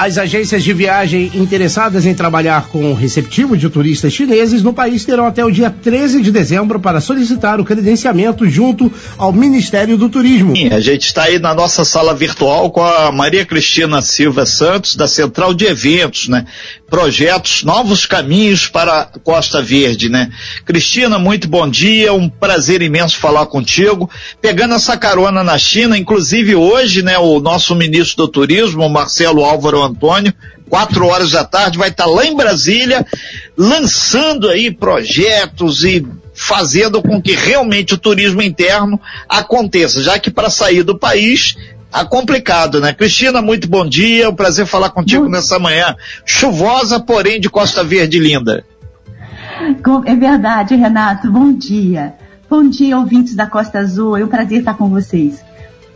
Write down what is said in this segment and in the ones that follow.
As agências de viagem interessadas em trabalhar com o receptivo de turistas chineses no país terão até o dia 13 de dezembro para solicitar o credenciamento junto ao Ministério do Turismo. A gente está aí na nossa sala virtual com a Maria Cristina Silva Santos, da Central de Eventos, né? Projetos Novos Caminhos para a Costa Verde, né? Cristina, muito bom dia, um prazer imenso falar contigo. Pegando essa carona na China, inclusive hoje, né, o nosso ministro do Turismo, Marcelo Álvaro Antônio, 4 horas da tarde, vai estar lá em Brasília, lançando aí projetos e fazendo com que realmente o turismo interno aconteça, já que para sair do país é complicado, né? Cristina, muito bom dia, é um prazer falar contigo nessa manhã chuvosa, porém de Costa Verde linda. É verdade, Renato, bom dia. Bom dia, ouvintes da Costa Azul, é um prazer estar com vocês.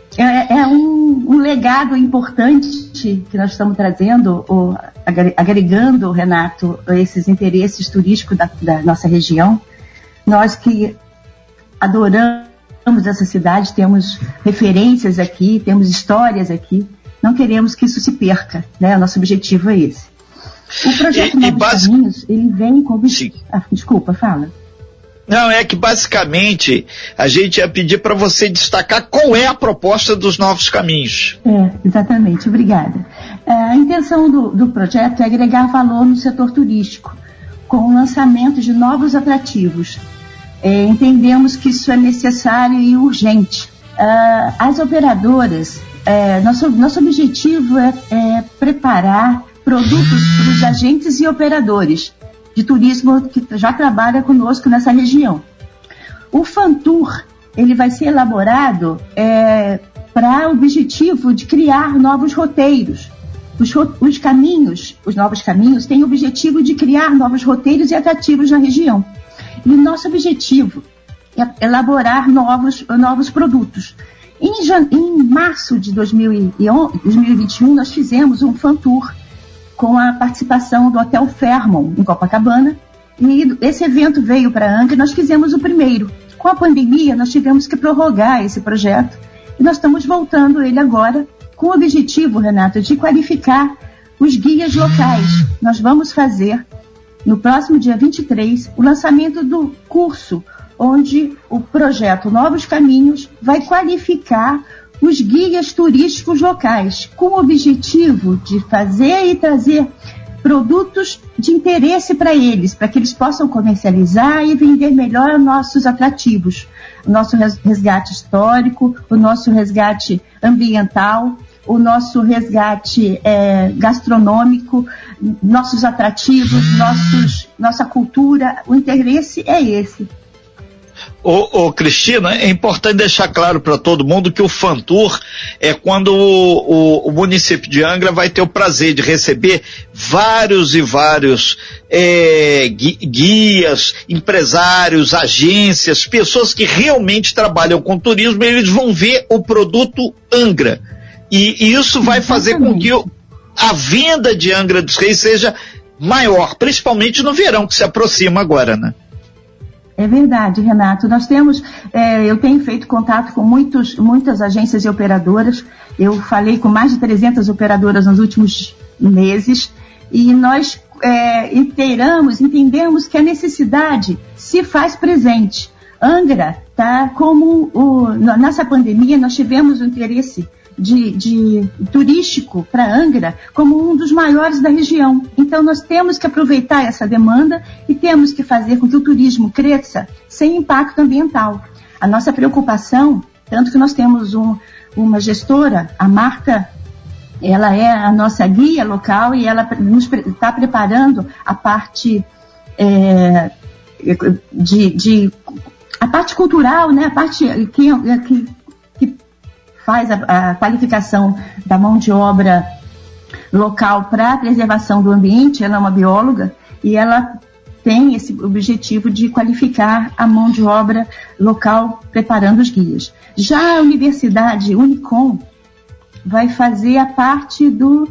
É um legado importante que nós estamos trazendo, agregando, Renato, esses interesses turísticos da nossa região. Nós que adoramos essa cidade, temos referências aqui, temos histórias aqui, não queremos que isso se perca, né? O nosso objetivo é esse. O projeto Novos Caminhos, ele vem com... Desculpa, fala. Não, é que basicamente a gente ia pedir para você destacar qual é a proposta dos Novos Caminhos. Exatamente, obrigada. A intenção do projeto é agregar valor no setor turístico, com o lançamento de novos atrativos. Entendemos que isso é necessário e urgente. As operadoras, nosso objetivo é preparar produtos para os agentes e operadores de turismo que já trabalha conosco nessa região. O FanTour, ele vai ser elaborado para o objetivo de criar novos roteiros. Os novos caminhos têm o objetivo de criar novos roteiros e atrativos na região. E o nosso objetivo é elaborar novos produtos. Em março de 2021, nós fizemos um FanTour com a participação do Hotel Fairmont, em Copacabana, e esse evento veio para Angra e nós fizemos o primeiro. Com a pandemia, nós tivemos que prorrogar esse projeto e nós estamos voltando ele agora com o objetivo, Renato, de qualificar os guias locais. Nós vamos fazer, no próximo dia 23, o lançamento do curso, onde o projeto Novos Caminhos vai qualificar os guias turísticos locais, com o objetivo de fazer e trazer produtos de interesse para eles, para que eles possam comercializar e vender melhor nossos atrativos, o nosso resgate histórico, o nosso resgate ambiental, o nosso resgate gastronômico, nossos atrativos, nossa cultura. O interesse é esse. Cristina, é importante deixar claro para todo mundo que o FanTour é quando o município de Angra vai ter o prazer de receber vários e vários guias, empresários, agências, pessoas que realmente trabalham com turismo, e eles vão ver o produto Angra. E isso vai fazer com que a venda de Angra dos Reis seja maior, principalmente no verão que se aproxima agora, né? É verdade, Renato. Nós temos, eu tenho feito contato com muitas agências e operadoras. Eu falei com mais de 300 operadoras nos últimos meses e nós entendemos que a necessidade se faz presente. Angra, tá, nessa pandemia nós tivemos o interesse de turístico para Angra como um dos maiores da região. Então nós temos que aproveitar essa demanda e temos que fazer com que o turismo cresça sem impacto ambiental. A nossa preocupação, tanto que nós temos uma gestora, a Marta, ela é a nossa guia local e ela está preparando a parte a parte cultural, né? A parte que faz a qualificação da mão de obra local para a preservação do ambiente. Ela é uma bióloga e ela tem esse objetivo de qualificar a mão de obra local preparando os guias. Já a Universidade Unicom vai fazer a parte do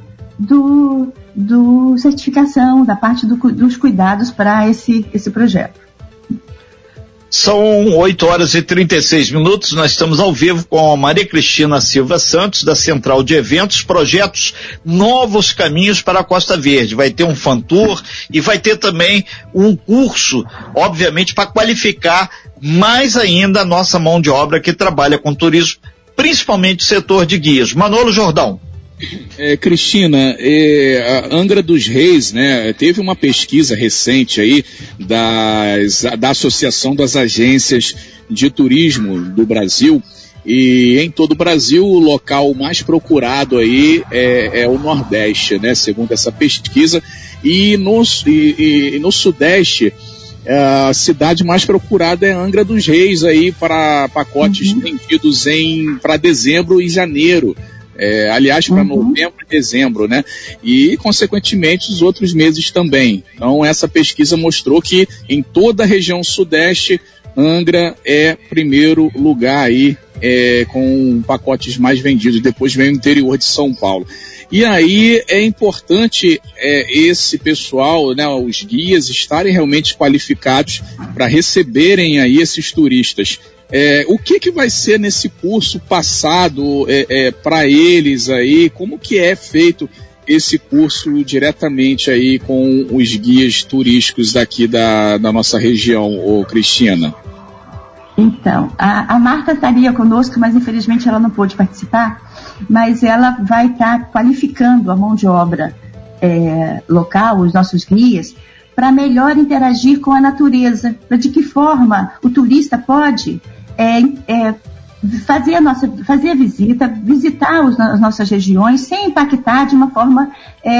certificação, da parte dos cuidados para esse projeto. São 8h36, nós estamos ao vivo com a Maria Cristina Silva Santos, da Central de Eventos, projetos Novos Caminhos para a Costa Verde. Vai ter um fan tour e vai ter também um curso, obviamente, para qualificar mais ainda a nossa mão de obra que trabalha com turismo, principalmente o setor de guias. Manolo Jordão. Cristina, a Angra dos Reis, né, teve uma pesquisa recente aí da Associação das Agências de Turismo do Brasil, e em todo o Brasil o local mais procurado aí é o Nordeste, né, segundo essa pesquisa, e no Sudeste a cidade mais procurada é Angra dos Reis aí para pacotes vendidos para dezembro e janeiro. Aliás, para novembro e dezembro, né? E, consequentemente, os outros meses também. Então, essa pesquisa mostrou que em toda a região sudeste, Angra é primeiro lugar aí, com pacotes mais vendidos. Depois vem o interior de São Paulo. E aí é importante esse pessoal, né, os guias, estarem realmente qualificados para receberem aí esses turistas. O que vai ser nesse curso passado para eles aí? Como que é feito esse curso diretamente aí com os guias turísticos daqui da nossa região, Cristina? Então, a Marta estaria conosco, mas infelizmente ela não pôde participar, mas ela vai estar qualificando a mão de obra local, os nossos guias, para melhor interagir com a natureza, de que forma o turista pode fazer a visita, visitar as nossas regiões sem impactar de uma forma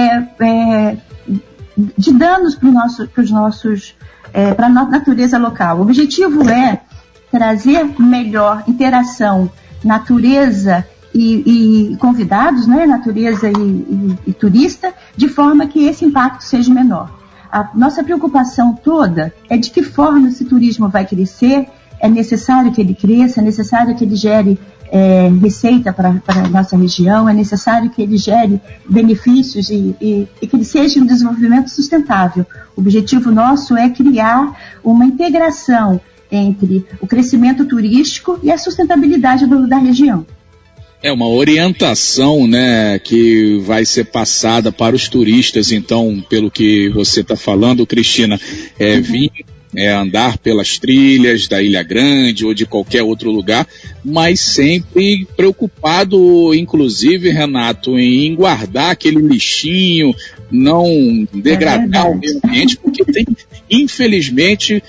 de danos para a natureza local. O objetivo é trazer melhor interação natureza e convidados, né, natureza e turista, de forma que esse impacto seja menor. A nossa preocupação toda é de que forma esse turismo vai crescer. É necessário que ele cresça, é necessário que ele gere receita para a nossa região, é necessário que ele gere benefícios e que ele seja um desenvolvimento sustentável. O objetivo nosso é criar uma integração entre o crescimento turístico e a sustentabilidade da região. É uma orientação, né, que vai ser passada para os turistas, então, pelo que você está falando, Cristina, vir andar pelas trilhas da Ilha Grande ou de qualquer outro lugar, mas sempre preocupado, inclusive, Renato, em guardar aquele lixinho, não degradar o meio ambiente, porque tem, infelizmente,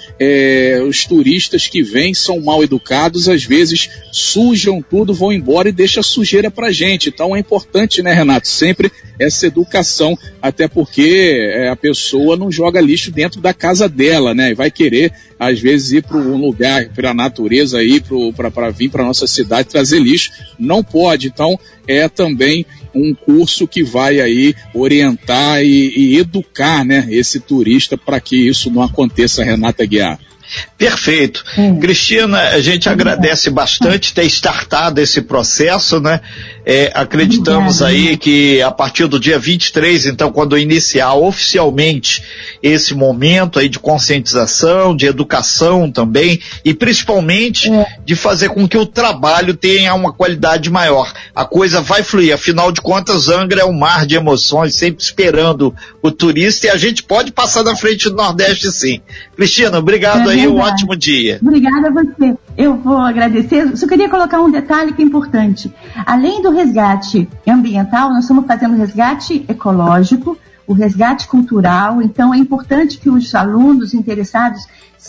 os turistas que vêm são mal educados, às vezes sujam tudo, vão embora e deixam sujeira pra gente. Então é importante, né, Renato, sempre essa educação, até porque a pessoa não joga lixo dentro da casa dela, né, e vai querer, às vezes, ir para um lugar, para a natureza, para vir para nossa cidade trazer lixo, não pode. Então é também um curso que vai aí orientar e educar, né, esse turista para que isso não aconteça, Renata Guiar. Perfeito. Cristina, a gente agradece bastante ter startado esse processo, né? Acreditamos aí que a partir do dia 23, então, quando iniciar oficialmente esse momento aí de conscientização, de educação também, e principalmente de fazer com que o trabalho tenha uma qualidade maior. A coisa vai fluir, afinal de contas, Angra é um mar de emoções, sempre esperando o turista, e a gente pode passar na frente do Nordeste, sim. Cristina, obrigado aí, um ótimo dia. Obrigada a você. Eu vou agradecer. Só queria colocar um detalhe que é importante. Além do resgate ambiental, nós estamos fazendo resgate ecológico, o resgate cultural. Então é importante que os alunos interessados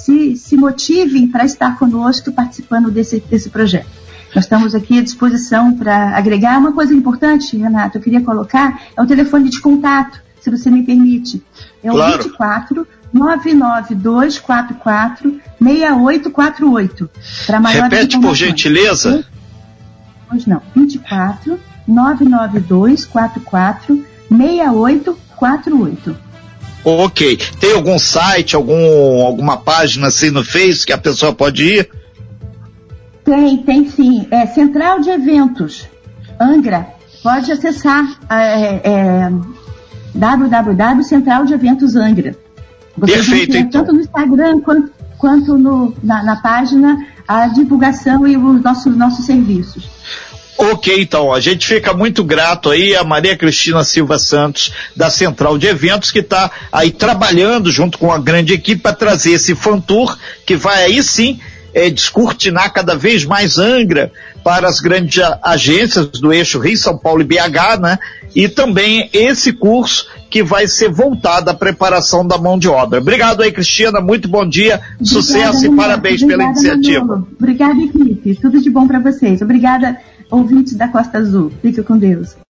se motivem para estar conosco participando desse projeto. Nós estamos aqui à disposição para agregar. Uma coisa importante, Renato, eu queria colocar, é o telefone de contato, se você me permite. É o claro. 24 992446848. Repete, por gentileza. Pois não, 24 992446848. Ok. Tem algum site, alguma página assim no Face que a pessoa pode ir? Tem sim. É Central de Eventos Angra. Pode acessar www.centraldeeventosangra. Você perfeito, então. Tanto no Instagram quanto na página a divulgação e os nossos serviços. Ok, então, a gente fica muito grato aí a Maria Cristina Silva Santos, da Central de Eventos, que está aí trabalhando junto com a grande equipe para trazer esse Fantour, que vai aí sim descortinar cada vez mais Angra para as grandes agências do eixo Rio, São Paulo e BH, né? E também esse curso que vai ser voltado à preparação da mão de obra. Obrigado aí, Cristina, muito bom dia, sucesso e parabéns pela iniciativa. Manolo. Obrigada, equipe, tudo de bom para vocês. Obrigada, ouvintes da Costa Azul. Fique com Deus.